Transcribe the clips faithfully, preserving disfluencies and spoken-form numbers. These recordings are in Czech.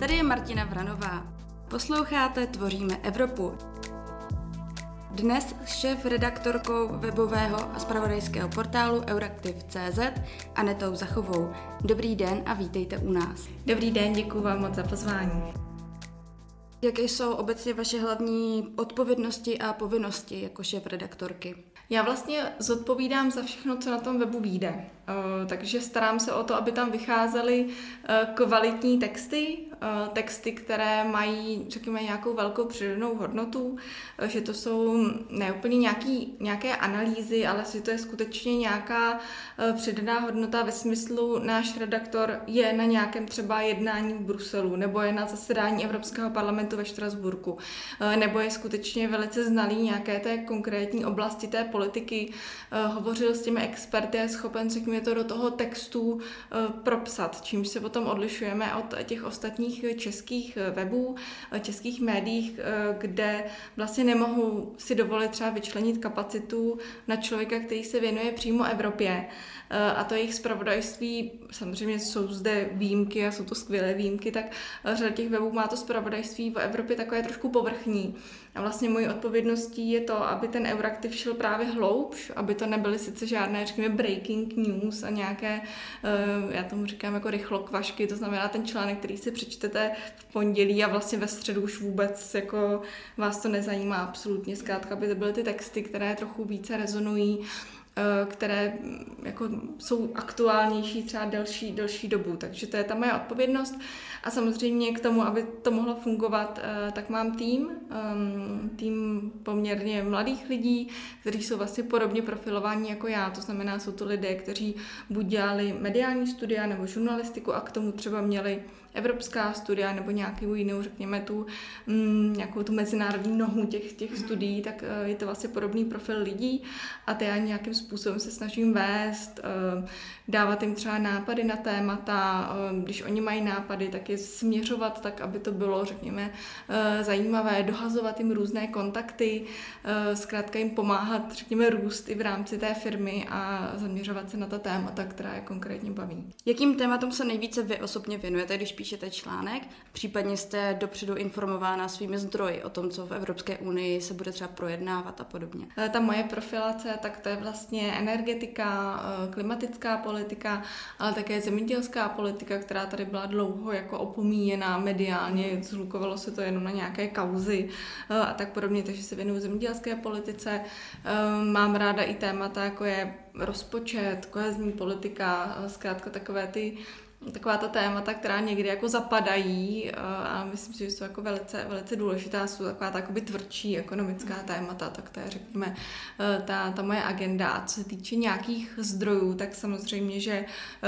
Tady je Martina Vranová. Posloucháte Tvoříme Evropu. Dnes s šéf-redaktorkou webového a zpravodajského portálu Euraktiv tečka cé zet Anetou Zachovou. Dobrý den a vítejte u nás. Dobrý den, děkuji vám moc za pozvání. Jaké jsou obecně vaše hlavní odpovědnosti a povinnosti jako šéf-redaktorky? Já vlastně zodpovídám za všechno, co na tom webu vyjde. Takže starám se o to, aby tam vycházely kvalitní texty, texty, které mají, řekněme, nějakou velkou přidanou hodnotu, že to jsou ne úplně nějaký, nějaké analýzy, ale že to je skutečně nějaká přidaná hodnota ve smyslu, náš redaktor je na nějakém třeba jednání v Bruselu, nebo je na zasedání Evropského parlamentu ve Štrasburku, nebo je skutečně velice znalý nějaké té konkrétní oblasti té politiky, hovořil s těmi experty a je schopen, řekněme, to do toho textu propsat, čímž se potom odlišujeme od těch ostatních českých webů, českých médiích, kde vlastně nemohou si dovolit třeba vyčlenit kapacitu na člověka, který se věnuje přímo Evropě. A to jejich zpravodajství, samozřejmě jsou zde výjimky a jsou to skvělé výjimky, tak řada těch webů má to zpravodajství v Evropě takové trošku povrchní. A vlastně mojí odpovědností je to, aby ten Euraktiv šel právě hloubš, aby to nebyly sice žádné, řekněme, breaking news a nějaké, já tomu říkám jako rychlokvašky, to znamená ten článek, který si přečtete v pondělí a vlastně ve středu už vůbec jako vás to nezajímá absolutně. Zkrátka, aby to byly ty texty, které trochu více rezonují, které jako jsou aktuálnější třeba delší, delší dobu. Takže to je ta moje odpovědnost. A samozřejmě k tomu, aby to mohlo fungovat, tak mám tým, tým poměrně mladých lidí, kteří jsou vlastně podobně profilováni jako já. To znamená, jsou to lidé, kteří buď dělali mediální studia nebo žurnalistiku a k tomu třeba měli evropská studia nebo nějakou jinou, řekněme, tu mm, nějakou tu mezinárodní nohu těch, těch studií, tak uh, je to vlastně podobný profil lidí a ty já nějakým způsobem se snažím vést, uh, dávat jim třeba nápady na témata, uh, když oni mají nápady, tak je směřovat tak, aby to bylo, řekněme, uh, zajímavé, dohazovat jim různé kontakty, uh, zkrátka jim pomáhat, řekněme, růst i v rámci té firmy a zaměřovat se na ta témata, která je konkrétně baví. Jakým tématům se nejvíce vy osobně věnujete, když píšete článek, případně jste dopředu informována svými zdroji o tom, co v Evropské unii se bude třeba projednávat a podobně? Ta moje profilace, tak to je vlastně energetika, klimatická politika, ale také zemědělská politika, která tady byla dlouho jako opomíjená mediálně, zhlukovalo se to jenom na nějaké kauzy a tak podobně, takže se věnuju zemědělské politice. Mám ráda i témata, jako je rozpočet, kohezní politika, zkrátka takové ty taková ta témata, která někdy jako zapadají a myslím si, že jsou jako velice, velice důležitá, jsou taková ta jakoby tvrdší ekonomická témata, tak to je, řekněme, ta, ta moje agenda. A co se týče nějakých zdrojů, tak samozřejmě, že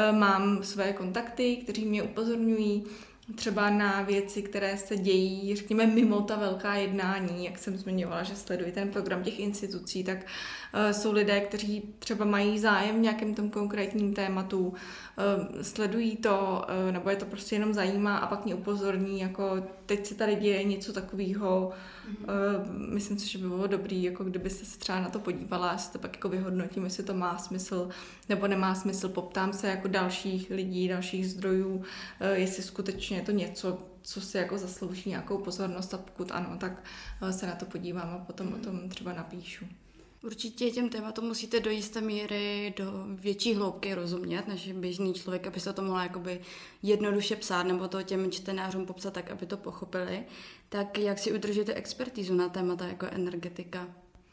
mám své kontakty, kteří mě upozorňují třeba na věci, které se dějí, řekněme, mimo ta velká jednání, jak jsem zmiňovala, že sleduji ten program těch institucí, tak uh, jsou lidé, kteří třeba mají zájem v nějakém tom konkrétním tématu, uh, sledují to, uh, nebo je to prostě jenom zajímá a pak mě upozorní, jako teď se tady děje něco takového, uh, myslím si, že by bylo dobrý, jako kdyby se třeba na to podívala, já si to pak jako vyhodnotím, jestli to má smysl nebo nemá smysl, poptám se jako dalších lidí, dalších zdrojů, uh, jestli skutečně je to něco, co si jako zaslouží nějakou pozornost a pokud ano, tak se na to podívám a potom o tom třeba napíšu. Určitě těm tématům musíte do jisté míry do větší hloubky rozumět, než běžný člověk, aby se to mohla jakoby jednoduše psát nebo to těm čtenářům popsat tak, aby to pochopili. Tak jak si udržíte expertízu na témata jako energetika?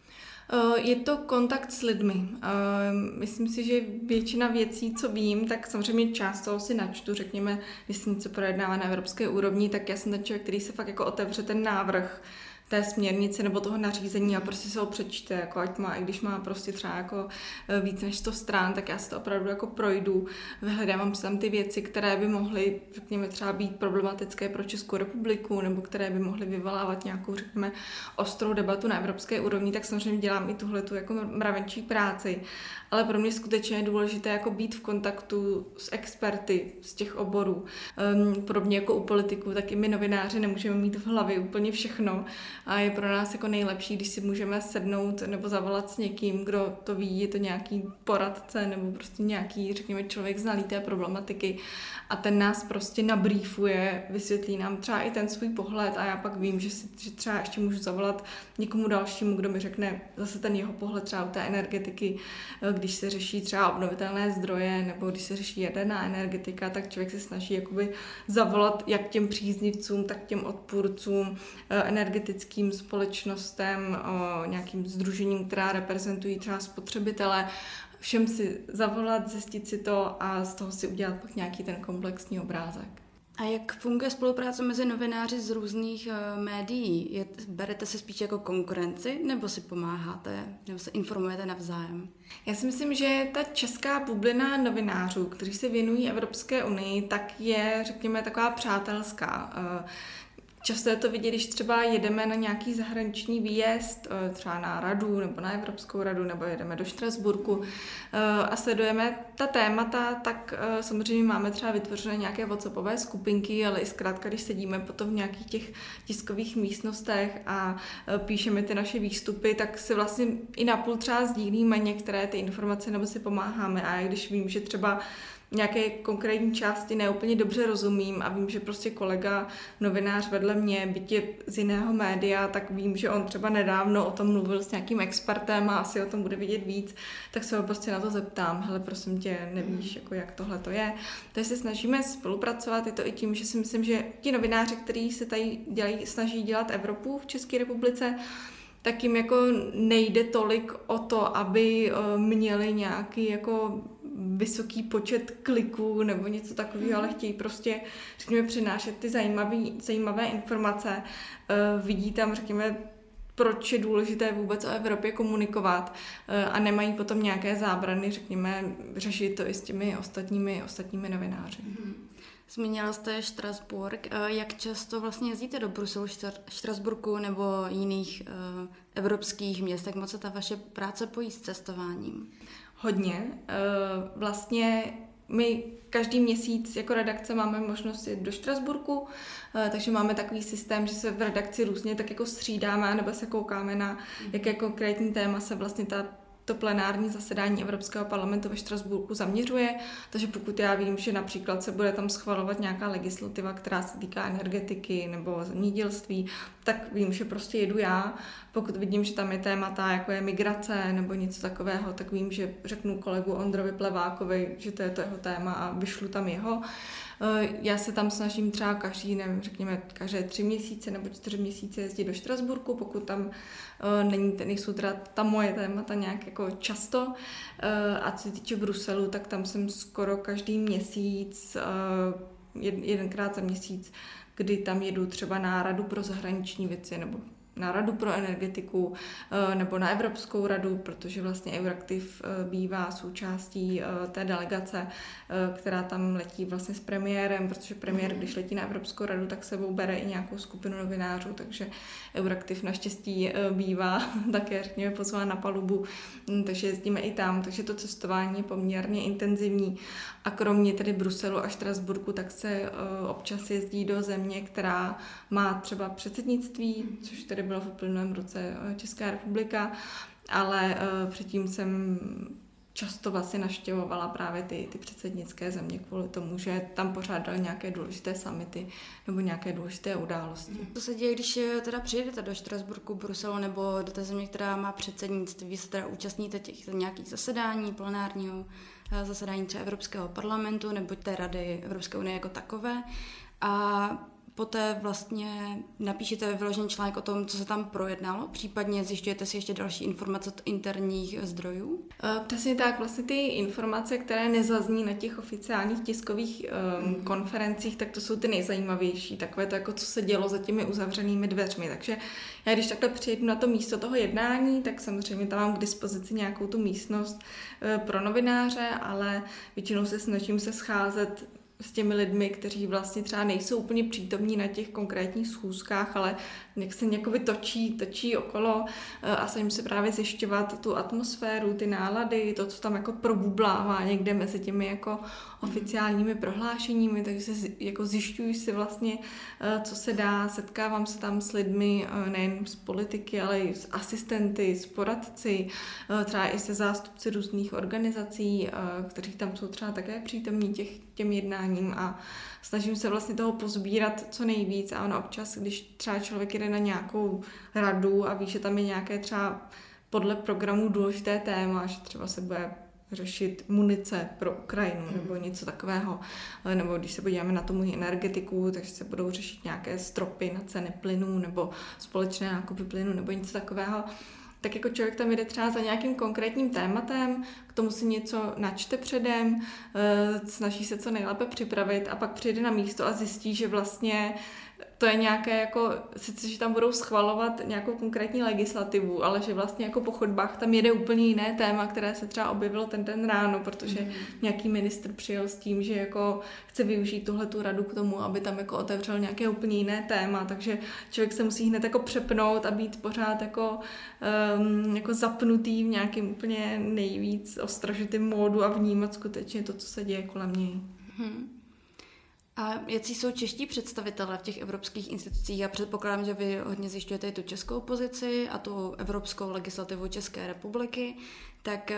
Je to kontakt s lidmi. Myslím si, že většina věcí, co vím, tak samozřejmě část toho si načtu, řekněme, když se něco projednává na evropské úrovni, tak já jsem ten člověk, který se fakt jako otevře ten návrh té směrnice nebo toho nařízení a prostě se ho přečte, jako ať má, i když má prostě třeba jako víc než sto strán, tak já si to opravdu jako projdu, vyhledávám si tam ty věci, které by mohly, řekněme, třeba být problematické pro Českou republiku nebo které by mohly vyvolávat nějakou, řekněme, ostrou debatu na evropské úrovni, tak samozřejmě dělám i tuhletu jako mravenčí práci, ale pro mě skutečně je důležité jako být v kontaktu s experty z těch oborů. Um, podobně jako u politiků, tak i my novináři nemůžeme mít v hlavě úplně všechno. a je pro nás jako nejlepší, když si můžeme sednout nebo zavolat s někým, kdo to ví, je to nějaký poradce nebo prostě nějaký, řekněme, člověk znalý té problematiky a ten nás prostě nabrýfuje, vysvětlí nám třeba i ten svůj pohled a já pak vím, že, si, že třeba ještě můžu zavolat někomu dalšímu, kdo mi řekne zase ten jeho pohled třeba u té energetiky, když se řeší třeba obnovitelné zdroje nebo když se řeší jaderná energetika, tak člověk se snaží jakoby zavolat jak těm příznivcům, tak těm odpůrcům, energetickým společnostem, nějakým sdružením, která reprezentují třeba spotřebitele, všem si zavolat, zjistit si to a z toho si udělat pak nějaký ten komplexní obrázek. A jak funguje spolupráce mezi novináři z různých uh, médií? Je, berete se spíš jako konkurenci, nebo si pomáháte, nebo se informujete navzájem? Já si myslím, že ta česká bublina novinářů, kteří se věnují Evropské unii, tak je, řekněme, taková přátelská. Uh, Často je to vidět, když třeba jedeme na nějaký zahraniční výjezd, třeba na radu nebo na Evropskou radu, nebo jedeme do Štrasburku a sledujeme ta témata, tak samozřejmě máme třeba vytvořené nějaké WhatsAppové skupinky, ale i zkrátka, když sedíme potom v nějakých těch tiskových místnostech a píšeme ty naše výstupy, tak si vlastně i napůl třeba sdílíme některé ty informace nebo si pomáháme. A když vím, že třeba nějaké konkrétní části neúplně dobře rozumím a vím, že prostě kolega, novinář vedle mě, byť je z jiného média, tak vím, že on třeba nedávno o tom mluvil s nějakým expertem a asi o tom bude vědět víc, tak se ho prostě na to zeptám. Hele, prosím tě, nevíš, jako jak tohle to je. Takže se snažíme spolupracovat, je to i tím, že si myslím, že ti novináři, kteří se tady dělají, snaží dělat Evropu v České republice, tak jim jako nejde tolik o to, aby měli nějaký jako vysoký počet kliků nebo něco takového, ale chtějí prostě, řekněme, přinášet ty zajímavé, zajímavé informace. Uh, vidí tam, řekněme, proč je důležité vůbec o Evropě komunikovat uh, a nemají potom nějaké zábrany, řekněme, řešit to i s těmi ostatními, ostatními novináři. Mm-hmm. Zmínila jste Štrasburk. Jak často vlastně jezdíte do Bruselu, Štrasburku nebo jiných uh, evropských měst? Jak moc se ta vaše práce pojí s cestováním? Hodně. Vlastně my každý měsíc jako redakce máme možnost jít do Štrasburku, takže máme takový systém, že se v redakci různě tak jako střídáme nebo se koukáme na jaké konkrétní téma se vlastně ta to plenární zasedání Evropského parlamentu ve Štrasburku zaměřuje, takže pokud já vím, že například se bude tam schvalovat nějaká legislativa, která se týká energetiky nebo zemědělství, tak vím, že prostě jedu já. Pokud vidím, že tam je témata, jako je migrace nebo něco takového, tak vím, že řeknu kolegu Ondrovi Plevákovi, že to je to jeho téma a vyšlu tam jeho. Já se tam snažím třeba každý, nevím, řekněme, každé tři měsíce nebo čtyři měsíce jezdit do Štrasburku, pokud tam není, nejsou teda ta moje témata nějak jako často. A co se týče Bruselu, tak tam jsem skoro každý měsíc, jedenkrát za měsíc, kdy tam jedu třeba na Radu pro zahraniční věci nebo na Radu pro energetiku nebo na Evropskou radu, protože vlastně Euraktiv bývá součástí té delegace, která tam letí vlastně s premiérem, protože premiér, když letí na Evropskou radu, tak sebou bere i nějakou skupinu novinářů, takže Euraktiv naštěstí bývá také, řekněme, pozván na palubu, takže jezdíme i tam, takže to cestování je poměrně intenzivní a kromě tedy Bruselu a Štrasburku, tak se občas jezdí do země, která má třeba předsednictví, což tedy bylo v uplynulém roce Česká republika, ale uh, předtím jsem často vlastně navštěvovala právě ty, ty předsednické země kvůli tomu, že tam pořádali nějaké důležité summity nebo nějaké důležité události. Co se děje, když teda přijedete do Štrasburku, Bruselu nebo do té země, která má předsednictví, se teda účastníte těch nějakých zasedání, plenárního zasedání třeba Evropského parlamentu nebo té Rady Evropské unie jako takové a poté vlastně napíšete vyložený článek o tom, co se tam projednalo, případně zjišťujete si ještě další informace od interních zdrojů? Přesně tak, vlastně ty informace, které nezazní na těch oficiálních tiskových um, mm. konferencích, tak to jsou ty nejzajímavější, takové to, jako co se dělo za těmi uzavřenými dveřmi. Takže já když takhle přijedu na to místo toho jednání, tak samozřejmě tam mám k dispozici nějakou tu místnost uh, pro novináře, ale většinou se snažím se scházet s těmi lidmi, kteří vlastně třeba nejsou úplně přítomní na těch konkrétních schůzkách, ale jak se někoby točí, točí okolo a snažím se právě zjišťovat tu atmosféru, ty nálady, to, co tam jako probublává někde mezi těmi jako oficiálními prohlášeními, takže se jako zjišťuji si vlastně, co se dá, setkávám se tam s lidmi, nejen z politiky, ale i s asistenty, s poradci, třeba i se zástupci různých organizací, kteří tam jsou třeba také přítomní těch, těm jednáním a snažím se vlastně toho pozbírat co nejvíc a ono občas, když třeba člověk jde na nějakou radu a ví, že tam je nějaké třeba podle programu důležité téma, že třeba se bude řešit munice pro Ukrajinu nebo něco takového, nebo když se podíváme na tomu energetiku, takže se budou řešit nějaké stropy na ceny plynu nebo společné nákupy plynu nebo něco takového, tak jako člověk tam jde třeba za nějakým konkrétním tématem, k tomu si něco načte předem, snaží se co nejlépe připravit a pak přijde na místo a zjistí, že vlastně to je nějaké jako, sice, že tam budou schvalovat nějakou konkrétní legislativu, ale že vlastně jako po chodbách tam jede úplně jiné téma, které se třeba objevilo ten den ráno, protože mm. nějaký ministr přijel s tím, že jako chce využít tuhletu radu k tomu, aby tam jako otevřel nějaké úplně jiné téma, takže člověk se musí hned jako přepnout a být pořád jako, um, jako zapnutý v nějakým úplně nejvíc ostražitým módu a vnímat skutečně to, co se děje kolem něj. Hmm. A jaký jsou čeští představitelé v těch evropských institucích? Já předpokládám, že vy hodně zjišťujete i tu českou pozici a tu evropskou legislativu České republiky, tak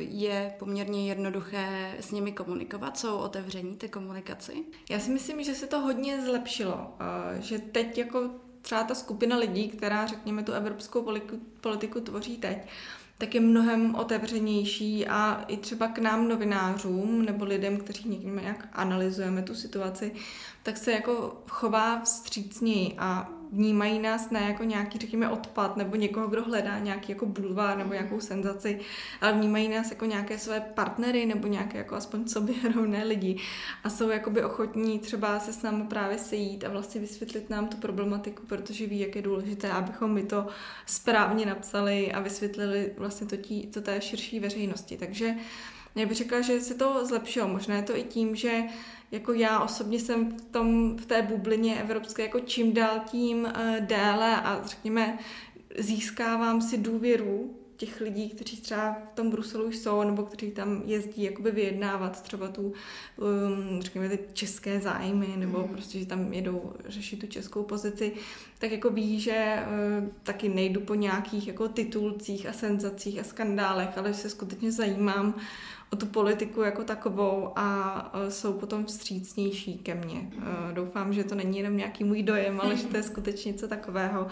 je poměrně jednoduché s nimi komunikovat? Jsou otevření té komunikaci? Já si myslím, že se to hodně zlepšilo, že teď jako třeba ta skupina lidí, která řekněme tu evropskou politiku, politiku tvoří teď, tak je mnohem otevřenější a i třeba k nám novinářům nebo lidem, kteří někdy jak analyzujeme tu situaci, tak se jako chová vstřícněji a vnímají nás ne jako nějaký, řekněme, odpad nebo někoho, kdo hledá nějaký jako bulvár nebo nějakou senzaci, ale vnímají nás jako nějaké své partnery nebo nějaké jako aspoň sobě rovné lidi a jsou jakoby ochotní třeba se s námi právě sejít a vlastně vysvětlit nám tu problematiku, protože ví, jak je důležité, abychom my to správně napsali a vysvětlili vlastně to, tí, to té širší veřejnosti. Takže já bych řekla, že se to zlepšilo. Možná je to i tím, že jako já osobně jsem v, tom, v té bublině evropské jako čím dál tím uh, déle a řekněme získávám si důvěru těch lidí, kteří třeba v tom Bruselu jsou nebo kteří tam jezdí jakoby vyjednávat třeba tu, um, řekněme, ty české zájmy nebo mm. prostě, že tam jedou řešit tu českou pozici, tak jako ví, že uh, taky nejdu po nějakých jako titulcích a senzacích a skandálech, ale že se skutečně zajímám o tu politiku jako takovou a uh, jsou potom vstřícnější ke mně. Uh, doufám, že to není jenom nějaký můj dojem, ale že to je skutečně něco takového, uh,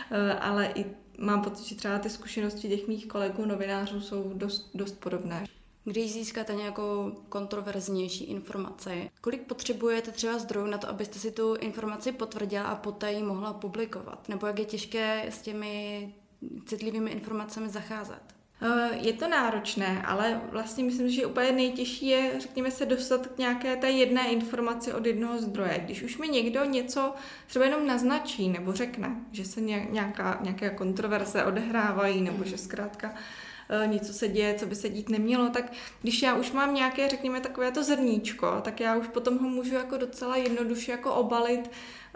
ale i mám pocit, že třeba ty zkušenosti těch mých kolegů novinářů jsou dost, dost podobné. Když získáte nějakou kontroverznější informaci, kolik potřebujete třeba zdrojů na to, abyste si tu informaci potvrdila a poté ji mohla publikovat? Nebo jak je těžké s těmi citlivými informacemi zacházet? Je to náročné, ale vlastně myslím, že úplně nejtěžší je, řekněme, se dostat k nějaké té jedné informaci od jednoho zdroje. Když už mi někdo něco třeba jenom naznačí nebo řekne, že se nějaká, nějaké kontroverze odehrávají nebo že zkrátka něco se děje, co by se dít nemělo, tak když já už mám nějaké, řekněme, takové to zrníčko, tak já už potom ho můžu jako docela jednoduše jako obalit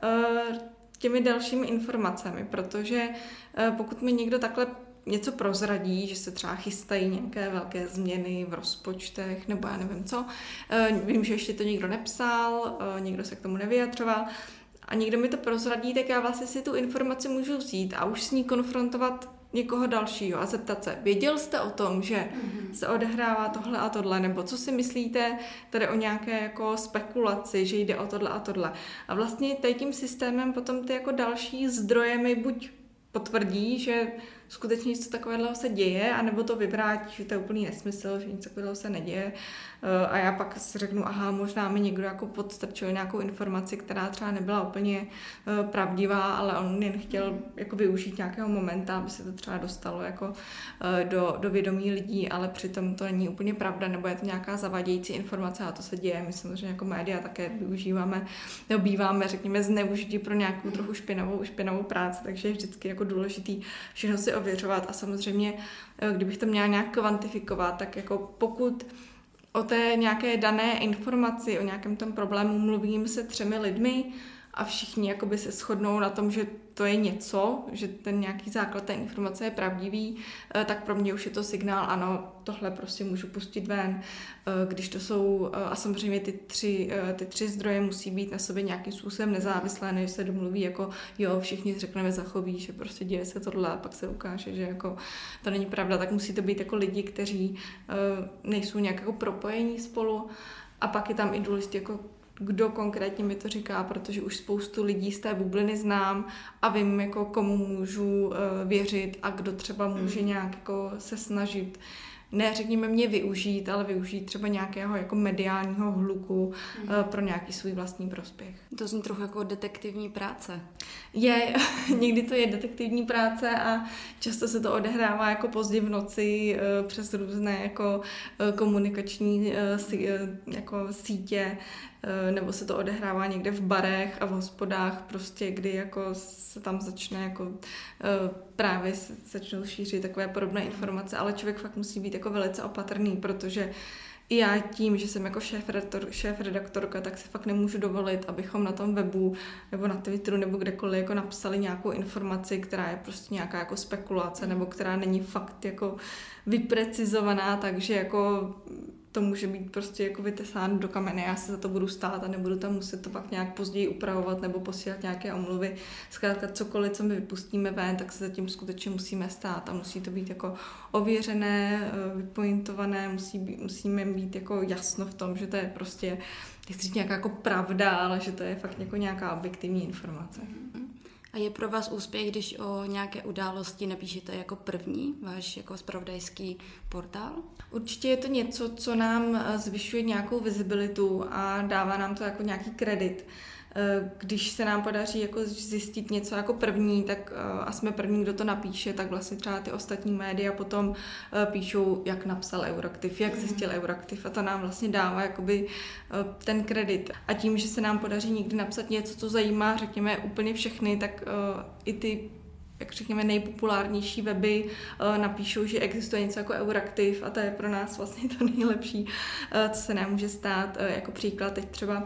těmi dalšími informacemi, protože pokud mi někdo takhle něco prozradí, že se třeba chystají nějaké velké změny v rozpočtech, nebo já nevím co. Vím, že ještě to nikdo nepsal, nikdo se k tomu nevyjadřoval a někdo mi to prozradí, tak já vlastně si tu informaci můžu vzít a už s ní konfrontovat někoho dalšího a zeptat se, věděl jste o tom, že mm-hmm. se odehrává tohle a tohle, nebo co si myslíte tady o nějaké jako spekulaci, že jde o tohle a tohle. A vlastně tady tím systémem potom ty jako další zdroje mi buď potvrdí, že skutečně něco takového se děje, anebo to vyvrátí, že to je úplný nesmysl, že nic takového se neděje. A já pak si řeknu, aha, možná mi někdo jako podstrčil nějakou informaci, která třeba nebyla úplně pravdivá, ale on jen chtěl jako využít nějakého momenta, aby se to třeba dostalo jako do, do vědomí lidí, ale přitom to není úplně pravda, nebo je to nějaká zavadějící informace a to se děje. My samozřejmě jako média také využíváme, nebo býváme, řekněme, zneužití pro nějakou trochu špinavou, špinavou práci, takže je vždycky jako důležitý všechno si ověřovat a samozřejmě, kdybych to měla nějak kvantifikovat, tak jako pokud o té nějaké dané informaci, o nějakém tom problému mluvím se třemi lidmi a všichni jakoby se shodnou na tom, že to je něco, že ten nějaký základ té informace je pravdivý, tak pro mě už je to signál, ano, tohle prostě můžu pustit ven. Když to jsou, a samozřejmě ty tři, ty tři zdroje musí být na sobě nějakým způsobem nezávislé, než se domluví jako jo, všichni řekneme zachoví, že prostě děje se tohle a pak se ukáže, že jako to není pravda, tak musí to být jako lidi, kteří nejsou nějak jako propojení spolu a pak je tam i důležité jako kdo konkrétně mi to říká, protože už spoustu lidí z té bubliny znám a vím, jako komu můžu uh, věřit a kdo třeba může nějak jako se snažit, ne řekněme mě využít, ale využít třeba nějakého jako mediálního hluku mm. uh, pro nějaký svůj vlastní prospěch. To zní trochu jako detektivní práce. Je, někdy to je detektivní práce a často se to odehrává jako pozdě v noci uh, přes různé jako uh, komunikační uh, sí, uh, jako sítě, nebo se to odehrává někde v barech a v hospodách, prostě kdy jako se tam začne jako právě začnou šířit takové podobné informace, ale člověk fakt musí být jako velice opatrný, protože i já tím, že jsem jako šéf-redaktor, šéf-redaktorka, tak si fakt nemůžu dovolit, abychom na tom webu nebo na Twitteru nebo kdekoliv jako napsali nějakou informaci, která je prostě nějaká jako spekulace nebo která není fakt jako vyprecizovaná, takže jako to může být prostě jako vytesáno do kamene, já se za to budu stát a nebudu tam muset to pak nějak později upravovat nebo posílat nějaké omluvy. Zkrátka cokoliv, co my vypustíme ven, tak se zatím skutečně musíme stát a musí to být jako ověřené, vypointované, musí být, musíme být jako jasno v tom, že to je prostě, nechci říct nějaká jako pravda, ale že to je fakt jako nějaká objektivní informace. A je pro vás úspěch, když o nějaké události napíšete jako první, váš jako zpravodajský portál? Určitě je to něco, co nám zvyšuje nějakou vizibilitu a dává nám to jako nějaký kredit. Když se nám podaří jako zjistit něco jako první, tak a jsme první, kdo to napíše, tak vlastně třeba ty ostatní média potom píšou, jak napsal Euraktiv, jak zjistil Euraktiv a to nám vlastně dává jakoby ten kredit. A tím, že se nám podaří někdy napsat něco, co zajímá, řekněme, úplně všechny, tak i ty jak řekněme, nejpopulárnější weby napíšou, že existuje něco jako Euraktiv a to je pro nás vlastně to nejlepší, co se nám může stát. Jako příklad teď třeba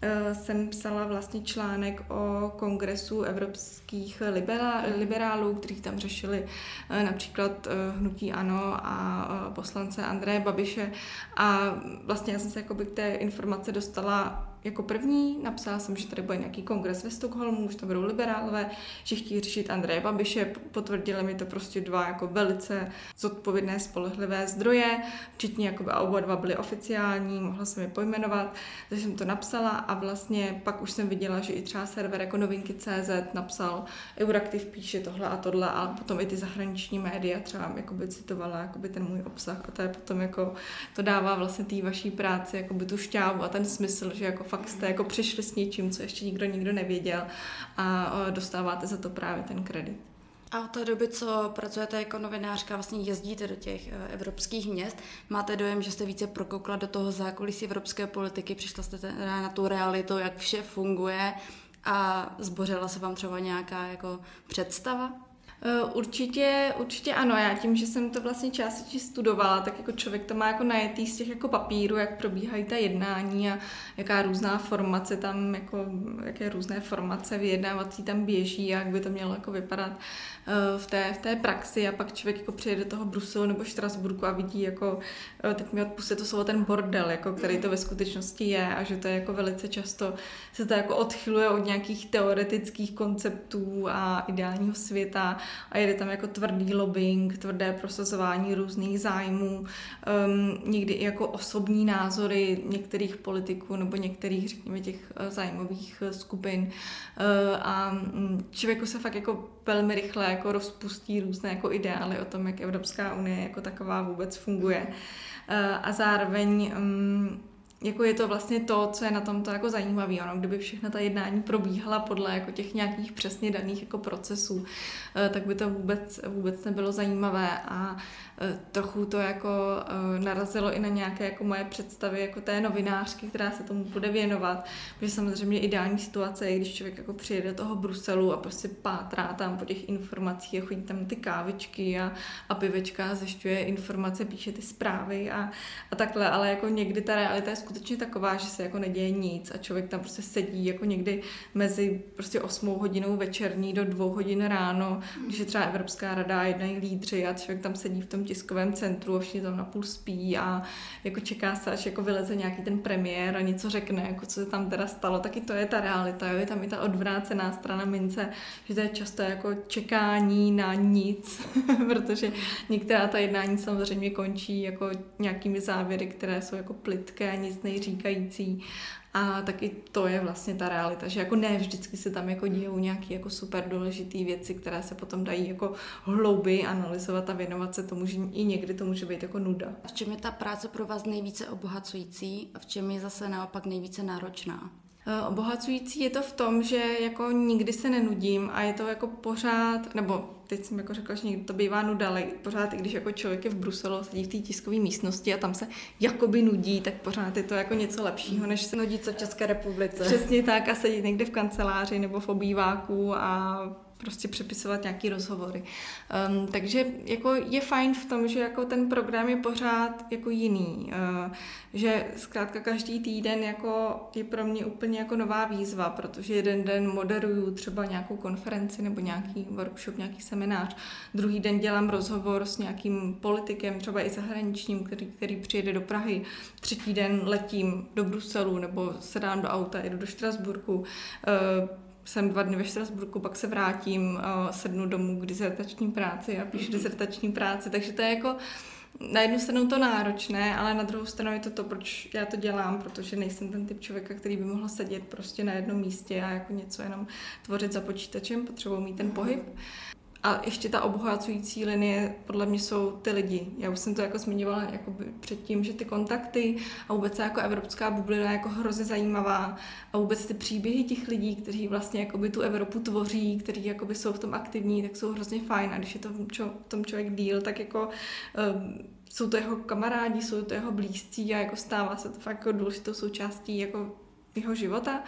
jsem psala vlastně článek o kongresu evropských liberálů, kteří tam řešili například hnutí ANO a poslance Andreje Babiše a vlastně já jsem se jakoby k té informace dostala jako první, napsala jsem, že tady bude nějaký kongres ve Stockholmu, že to budou liberálové, že chtějí řešit Andreje Babiše, potvrdili mi to prostě dva jako velice zodpovědné, spolehlivé zdroje, včetně jakoby a oba dva byly oficiální, mohla jsem je pojmenovat, takže jsem to napsala a vlastně pak už jsem viděla, že i třeba server jako novinky tečka cé zet napsal, Euraktiv píše tohle a tohle a potom i ty zahraniční média třeba jakoby citovala jakoby ten můj obsah a to je potom jako, to dává vlastně té vaší práci jakoby tu šťávu a ten smysl, že jako fakt jste jako přišli s něčím, co ještě nikdo nikdo nevěděl a dostáváte za to právě ten kredit. A od té doby, co pracujete jako novinářka, vlastně jezdíte do těch evropských měst, máte dojem, že jste více prokoukla do toho zákulisí evropské politiky, přišla jste na tu realitu, jak vše funguje a zbořila se vám třeba nějaká jako představa? Určitě, určitě ano, já tím, že jsem to vlastně částečně studovala, tak jako člověk to má jako najetý z těch jako papírů, jak probíhají ta jednání a jaká různá formace tam, jako, jaké různé formace vyjednávací tam běží a jak by to mělo jako vypadat v té, v té praxi a pak člověk jako přijede do toho Bruselu nebo Štrasburku a vidí jako, teď mi odpustí to slovo ten bordel, jako, který to ve skutečnosti je a že to je jako velice často se to jako odchyluje od nějakých teoretických konceptů a ideálního světa a jede tam jako tvrdý lobbying, tvrdé prosazování různých zájmů, um, někdy i jako osobní názory některých politiků nebo některých, řekněme, těch zájmových skupin uh, a člověku se fakt jako velmi rychle jako rozpustí různé jako ideály o tom, jak Evropská unie jako taková vůbec funguje uh, a zároveň um, jako je to vlastně to, co je na tomto jako zajímavé. Ono, kdyby všechna ta jednání probíhala podle jako těch nějakých přesně daných jako procesů, tak by to vůbec, vůbec nebylo zajímavé a trochu to jako narazilo i na nějaké jako moje představy jako té novinářky, která se tomu bude věnovat, protože samozřejmě ideální situace je, když člověk jako přijede do toho Bruselu a prostě pátrá tam po těch informacích a chodí tam ty kávičky a, a pivečka, zjišťuje informace, píše ty zprávy a, a takhle, ale jako někdy ta realita je skutečně taková, že se jako neděje nic a člověk tam prostě sedí jako někdy mezi prostě osmou hodinou večerní do dvou hodin ráno, když je třeba Evropská rada a jednají lídři a člověk tam sedí v tom tiskovém centru a všichni tam napůl spí a jako čeká se, až jako vyleze nějaký ten premiér a něco řekne, jako co se tam teda stalo, taky to je ta realita, jo? Je tam i ta odvrácená strana mince, že to je často jako čekání na nic, protože některá ta jednání samozřejmě končí jako nějakými závěry, které jsou jako plytké a nic nejříkající. A taky to je vlastně ta realita, že jako ne vždycky se tam jako dějou nějaké jako super důležité věci, které se potom dají jako hlouběji analyzovat a věnovat se tomu, že i někdy to může být jako nuda. V čem je ta práce pro vás nejvíce obohacující a v čem je zase naopak nejvíce náročná? Obohacující je to v tom, že jako nikdy se nenudím a je to jako pořád, nebo teď jsem jako řekla, že někdy to bývá nuda, ale pořád, i když jako člověk je v Bruselu, sedí v té tiskové místnosti a tam se jakoby nudí, tak pořád je to jako něco lepšího, než se nudí co v České republice. Přesně tak a sedět někde v kanceláři nebo v obýváku a prostě přepisovat nějaký rozhovory. Um, takže jako je fajn v tom, že jako ten program je pořád jako jiný. Uh, že zkrátka každý týden jako je pro mě úplně jako nová výzva, protože jeden den moderuju třeba nějakou konferenci nebo nějaký workshop, nějaký seminář. Druhý den dělám rozhovor s nějakým politikem, třeba i zahraničním, který, který přijede do Prahy. Třetí den letím do Bruselu nebo sedám do auta, jedu do Štrasburku. Uh, Jsem dva dny ve Štrasburku, pak se vrátím, sednu domů k dizertační práci a píšu dizertační práci, takže to je jako na jednu stranu to náročné, ale na druhou stranu je to to, proč já to dělám, protože nejsem ten typ člověka, který by mohl sedět prostě na jednom místě a jako něco jenom tvořit za počítačem, potřebuji mít ten pohyb. A ještě ta obohacující linie podle mě jsou ty lidi. Já už jsem to jako zmiňovala předtím, že ty kontakty a vůbec jako evropská bublina je jako hrozně zajímavá a vůbec ty příběhy těch lidí, kteří vlastně jakoby tu Evropu tvoří, kteří jakoby jsou v tom aktivní, tak jsou hrozně fajn a když je to v tom člověk díl, tak jako um, jsou to jeho kamarádi, jsou to jeho blízcí a jako stává se to fakt jako důležitou součástí jako jeho života.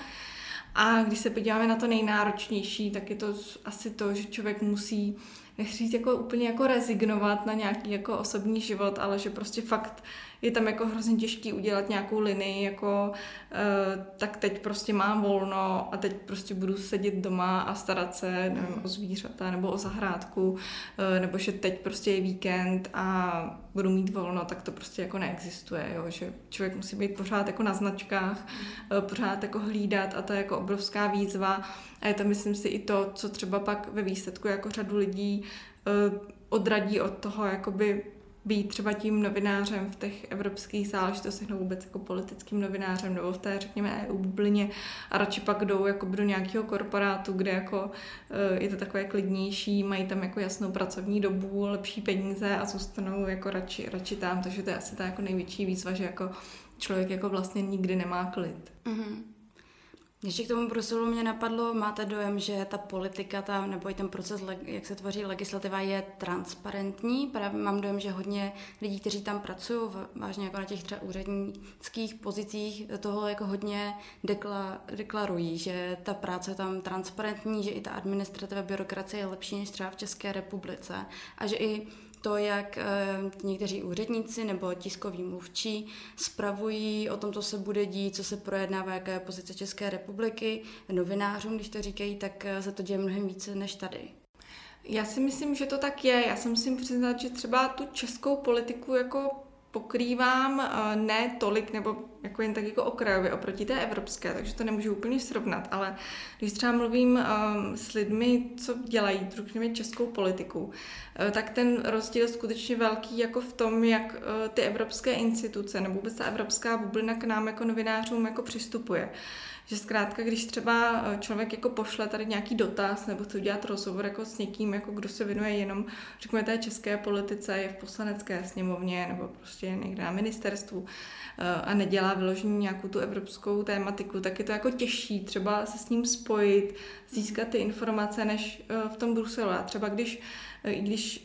A když se podíváme na to nejnáročnější, tak je to asi to, že člověk musí, nechci říct, jako úplně jako rezignovat na nějaký jako osobní život, ale že prostě fakt je tam jako hrozně těžký udělat nějakou linii, jako uh, tak teď prostě mám volno a teď prostě budu sedět doma a starat se, nevím, o zvířata nebo o zahrádku, uh, nebo že teď prostě je víkend a budu mít volno, tak to prostě jako neexistuje, jo? Že člověk musí být pořád jako na značkách, uh, pořád jako hlídat a to je jako obrovská výzva a je to, myslím si, i to, co třeba pak ve výsledku jako řadu lidí uh, odradí od toho, jakoby být třeba tím novinářem v těch evropských záležitostech nebo vůbec jako politickým novinářem nebo v té, řekněme, E U bublině a radši pak jdou jako do nějakého korporátu, kde jako je to takové klidnější, mají tam jako jasnou pracovní dobu, lepší peníze a zůstanou jako radši, radši tam, takže to je asi ta jako největší výzva, že jako člověk jako vlastně nikdy nemá klid. Mm-hmm. Ještě k tomu Bruselu mě napadlo, máte dojem, že ta politika tam, nebo i ten proces, jak se tvoří legislativa, je transparentní? Právě mám dojem, že hodně lidí, kteří tam pracují, vážně jako na těch třeba úřednických pozicích, tohle jako hodně dekla, deklarují, že ta práce je tam transparentní, že i ta administrativa, byrokracie je lepší než třeba v České republice a že i to, jak e, někteří úředníci nebo tiskoví mluvčí spravují o tom, co se bude dít, co se projednává, jaká je pozice České republiky, novinářům, když to říkají, tak se to děje mnohem více než tady. Já si myslím, že to tak je. Já si musím přiznat, že třeba tu českou politiku jako pokrývám ne tolik, nebo jako jen tak jako okrajově oproti té evropské, takže to nemůžu úplně srovnat, ale když třeba mluvím um, s lidmi, co dělají, řekněme, českou politiku, uh, tak ten rozdíl je skutečně velký jako v tom, jak uh, ty evropské instituce nebo vůbec ta evropská bublina k nám jako novinářům jako přistupuje. že zkrátka, když třeba člověk jako pošle tady nějaký dotaz nebo chce udělat rozhovor jako s někým, jako kdo se věnuje jenom, řekněme, té české politice, je v poslanecké sněmovně nebo prostě někde na ministerstvu a nedělá vyloženě nějakou tu evropskou tématiku, tak je to jako těžší třeba se s ním spojit, získat ty informace, než v tom Bruselu. A třeba když, i když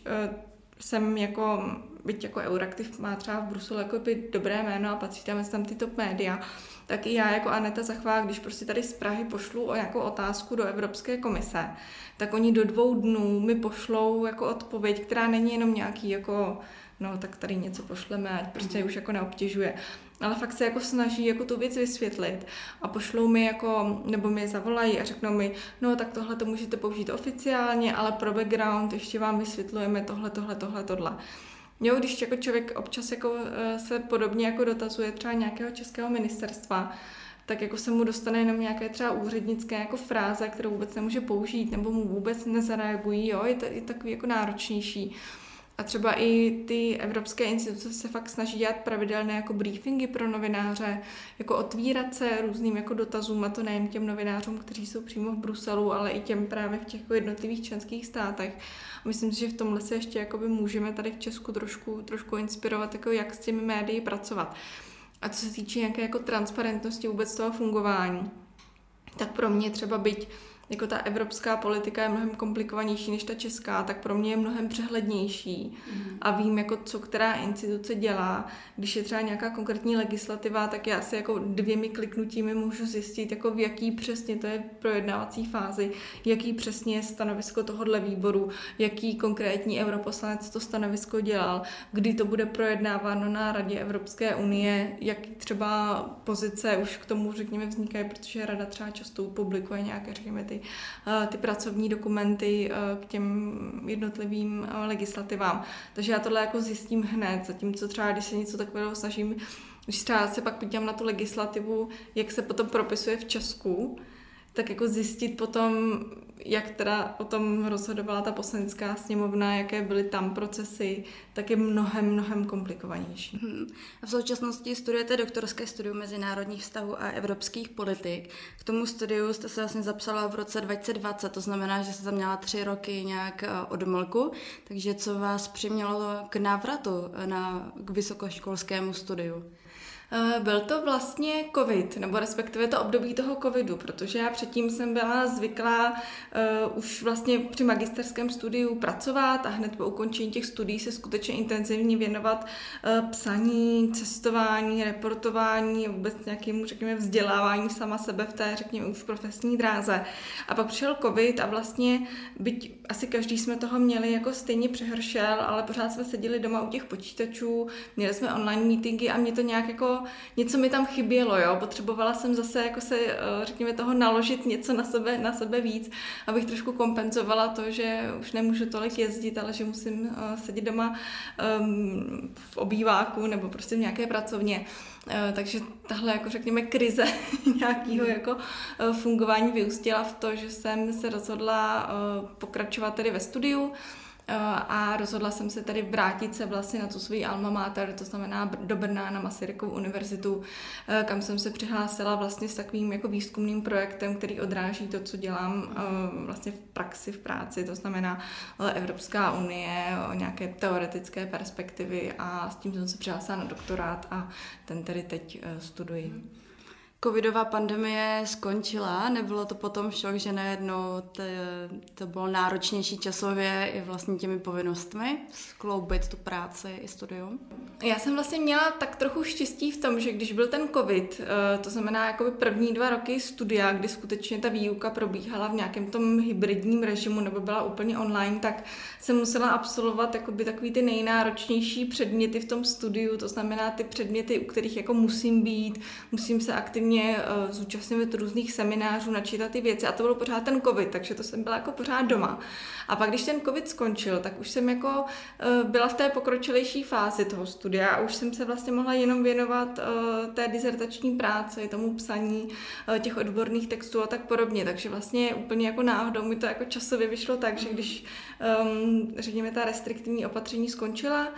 jsem jako, byť jako Euraktiv má třeba v Bruselu jako by dobré jméno a patří tam, tam ty top média, tak i já jako Aneta Zachová, když prostě tady z Prahy pošlu o nějakou otázku do Evropské komise, tak oni do dvou dnů mi pošlou jako odpověď, která není jenom nějaký jako, no tak tady něco pošleme, ať prostě už jako neobtěžuje. Ale fakt se jako snaží jako tu věc vysvětlit a pošlou mi jako, nebo mi zavolají a řeknou mi, no tak tohle to můžete použít oficiálně, ale pro background ještě vám vysvětlujeme tohle, tohle, tohle, tohle. Jo, když jako člověk občas jako se podobně jako dotazuje třeba nějakého českého ministerstva, tak jako se mu dostane jenom nějaké třeba úřednické jako fráze, kterou vůbec nemůže použít nebo mu vůbec nezareagují, jo, je to je takový jako náročnější. A třeba i ty evropské instituce se fakt snaží dělat pravidelné jako briefingy pro novináře, jako otvírat se různým jako dotazům, a to nejen těm novinářům, kteří jsou přímo v Bruselu, ale i těm právě v těch jednotlivých členských státech. A myslím si, že v tomhle se ještě jakoby můžeme tady v Česku trošku, trošku inspirovat, jako jak s těmi médii pracovat. A co se týče nějaké jako transparentnosti vůbec toho fungování, tak pro mě třeba byť jako ta evropská politika je mnohem komplikovanější než ta česká, tak pro mě je mnohem přehlednější mm. a vím, jako co která instituce dělá. Když je třeba nějaká konkrétní legislativa, tak já si jako dvěmi kliknutími můžu zjistit, jako v jaký přesně to je projednávací fázi, jaký přesně je stanovisko tohohle výboru, jaký konkrétní europoslanec to stanovisko dělal, kdy to bude projednáváno na Radě Evropské unie, jaký třeba pozice už k tomu, řekněme, vznikají, protože Rada třeba často publikuje nějaké, řekněme, ty ty pracovní dokumenty k těm jednotlivým legislativám. Takže já tohle jako zjistím hned, zatímco třeba, když se něco takového snažím, když třeba se pak podívám na tu legislativu, jak se potom propisuje v Česku, tak jako zjistit potom, jak teda o tom rozhodovala ta poslanecká sněmovna, jaké byly tam procesy, tak je mnohem, mnohem komplikovanější. Hmm. A v současnosti studujete doktorské studium mezinárodních vztahů a evropských politik. K tomu studiu jste se vlastně zapsala v roce dva tisíce dvacet, to znamená, že jste tam měla tři roky nějak odmlku, takže co vás přimělo k návratu na, k vysokoškolskému studiu? Byl to vlastně covid, nebo respektive to období toho covidu, protože já předtím jsem byla zvyklá uh, už vlastně při magisterském studiu pracovat a hned po ukončení těch studií se skutečně intenzivně věnovat uh, psaní, cestování, reportování, vůbec nějakému, řekněme, vzdělávání sama sebe v té, řekněme, už profesní dráze. A pak přišel covid a vlastně, byť asi každý jsme toho měli jako stejně přehršel, ale pořád jsme seděli doma u těch počítačů, měli jsme online meetingy a mě to nějak jako něco mi tam chybělo, jo, potřebovala jsem zase jako se, řekněme, toho naložit něco na sebe, na sebe víc, abych trošku kompenzovala to, že už nemůžu tolik jezdit, ale že musím uh, sedět doma um, v obýváku nebo prostě v nějaké pracovně. Uh, takže tahle, jako řekněme, krize nějakého jako uh, fungování vyústila v to, že jsem se rozhodla uh, pokračovat tedy ve studiu. A rozhodla jsem se tady vrátit se vlastně na tu svůj alma mater, to znamená do Brna na Masarykovu univerzitu, kam jsem se přihlásila vlastně s takovým jako výzkumným projektem, který odráží to, co dělám vlastně v praxi, v práci, to znamená Evropská unie, nějaké teoretické perspektivy a s tím jsem se přihlásila na doktorát a ten tedy teď studuji. Covidová pandemie skončila, nebylo to potom šok, že najednou to, to bylo náročnější časově i vlastně těmi povinnostmi skloubit tu práci i studium? Já jsem vlastně měla tak trochu štěstí v tom, že když byl ten covid, to znamená jakoby první dva roky studia, kdy skutečně ta výuka probíhala v nějakém tom hybridním režimu nebo byla úplně online, tak jsem musela absolvovat jakoby takový ty nejnáročnější předměty v tom studiu, to znamená ty předměty, u kterých jako musím být, musím se aktivně zúčastnit různých seminářů, načítat ty věci a to byl pořád ten covid, takže to jsem byla jako pořád doma. A pak, když ten covid skončil, tak už jsem jako byla v té pokročilejší fázi toho studia a už jsem se vlastně mohla jenom věnovat té dizertační práci, tomu psaní těch odborných textů a tak podobně, takže vlastně úplně jako náhodou mi to jako časově vyšlo tak, že když řekněme ta restriktivní opatření skončila,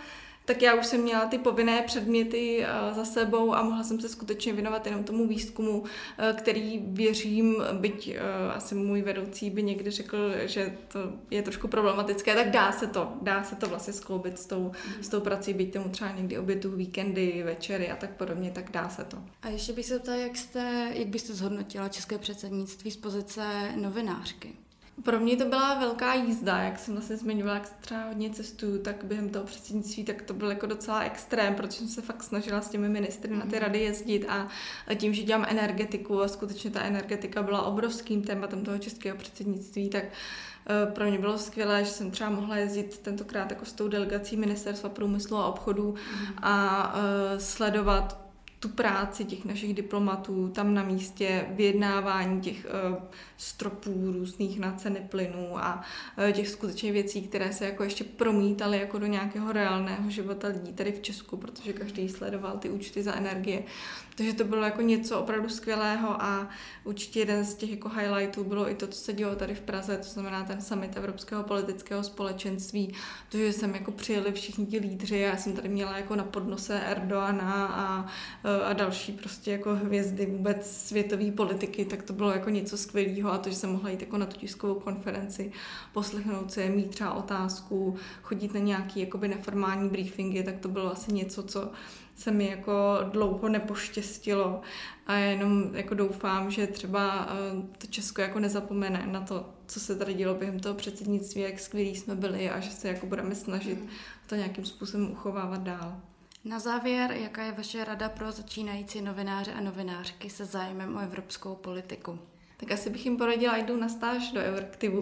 tak já už jsem měla ty povinné předměty za sebou a mohla jsem se skutečně věnovat jenom tomu výzkumu, který věřím, byť asi můj vedoucí by někdy řekl, že to je trošku problematické, tak dá se to, dá se to vlastně skloubit s tou, mm. s tou prací, byť tomu třeba někdy obětu víkendy, večery a tak podobně, tak dá se to. A ještě bych se ptala, jak jste, jak byste zhodnotila české předsednictví z pozice novinářky? Pro mě to byla velká jízda, jak jsem vlastně zmiňovala, jak třeba hodně cestuju, tak během toho předsednictví tak to byl jako docela extrém, protože jsem se fakt snažila s těmi ministry na ty rady jezdit a tím, že dělám energetiku a skutečně ta energetika byla obrovským tématem toho českého předsednictví, tak pro mě bylo skvělé, že jsem třeba mohla jezdit tentokrát jako s tou delegací Ministerstva průmyslu a obchodu a sledovat tu práci těch našich diplomatů tam na místě, vyjednávání těch uh, stropů různých na ceny plynů a uh, těch skutečně věcí, které se jako ještě promítaly jako do nějakého reálného života lidí tady v Česku, protože každý sledoval ty účty za energie. Takže to bylo jako něco opravdu skvělého a určitě jeden z těch jako highlightů bylo i to, co se dělo tady v Praze, to znamená ten summit Evropského politického společenství, to, že sem jako přijeli všichni ti lídři a já jsem tady měla jako na podnose Erdoana a, a další prostě jako hvězdy vůbec světové politiky, tak to bylo jako něco skvělého a to, že jsem mohla jít jako na tu tiskovou konferenci, poslechnout si, mít třeba otázku, chodit na nějaký jakoby neformální briefingy, tak to bylo asi něco, co se mi jako dlouho nepoštěstilo a jenom jako doufám, že třeba to Česko jako nezapomene na to, co se tady dělo během toho předsednictví, jak skvělí jsme byli a že se jako budeme snažit to nějakým způsobem uchovávat dál. Na závěr, jaká je vaše rada pro začínající novináře a novinářky se zájmem o evropskou politiku? Tak asi bych jim poradila, jdu na stáž do Euraktivu,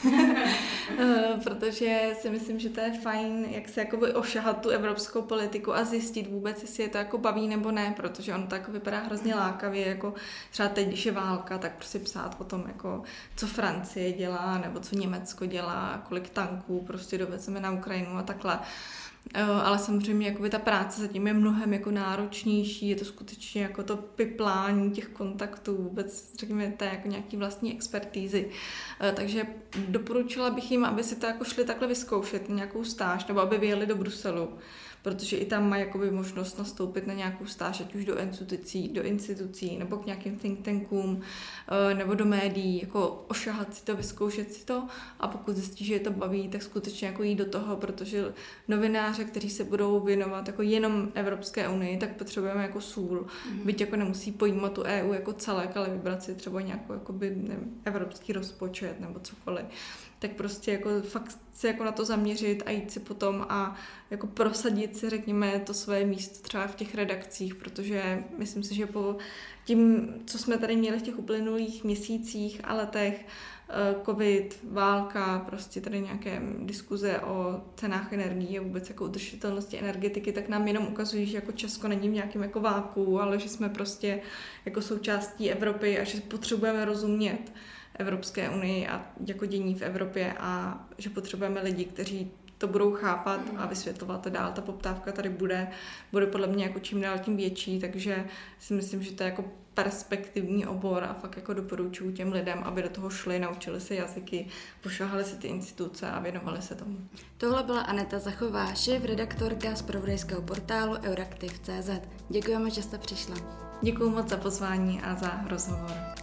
protože si myslím, že to je fajn, jak se jakoby ošahat tu evropskou politiku a zjistit vůbec, jestli je to jako baví nebo ne, protože on to jako vypadá hrozně lákavě, jako třeba teď, když je válka, tak prostě psát o tom, jako co Francie dělá, nebo co Německo dělá, kolik tanků prostě dovezeme na Ukrajinu a takhle. Ale samozřejmě jakoby ta práce zatím je mnohem jako náročnější, je to skutečně jako to piplání těch kontaktů, vůbec řekněme té jako nějaký vlastní expertízy. Takže doporučila bych jim, aby si to jako šli takhle vyzkoušet, nějakou stáž, nebo aby vyjeli do Bruselu, protože i tam mají jakoby možnost nastoupit na nějakou stáž, ať už do institucí, do institucí, nebo k nějakým think tankům, nebo do médií, jako ošahat si to, vyzkoušet si to a pokud zjistí, že je to baví, tak skutečně jako jít do toho, protože novináře, kteří se budou věnovat jako jenom Evropské unii, tak potřebujeme jako sůl. Mm-hmm. Byť jako nemusí pojímat tu E U jako celek, ale vybrat si třeba nějakou jakoby, nevím, evropský rozpočet nebo cokoliv. Tak prostě jako fakt se jako na to zaměřit a jít si potom a jako prosadit si, řekněme, to své místo třeba v těch redakcích, protože myslím si, že po tím, co jsme tady měli v těch uplynulých měsících a letech, covid, válka, prostě tady nějaké diskuze o cenách energií a vůbec jako udržitelnosti energetiky, tak nám jenom ukazují, že jako Česko není v nějakém jako váku, ale že jsme prostě jako součástí Evropy a že potřebujeme rozumět Evropské unii a jako dění v Evropě a že potřebujeme lidi, kteří to budou chápat a vysvětlovat to dál. Ta poptávka tady bude, bude podle mě jako čím dál tím větší, takže si myslím, že to je jako perspektivní obor a fakt jako doporučuji těm lidem, aby do toho šli, naučili se jazyky, pošahali si ty instituce a věnovali se tomu. Tohle byla Aneta Zachová, šéfredaktorka z zpravodajského portálu euraktiv tečka cé zet. Děkujeme, že jste přišla. Děkuji moc za pozvání a za rozhovor.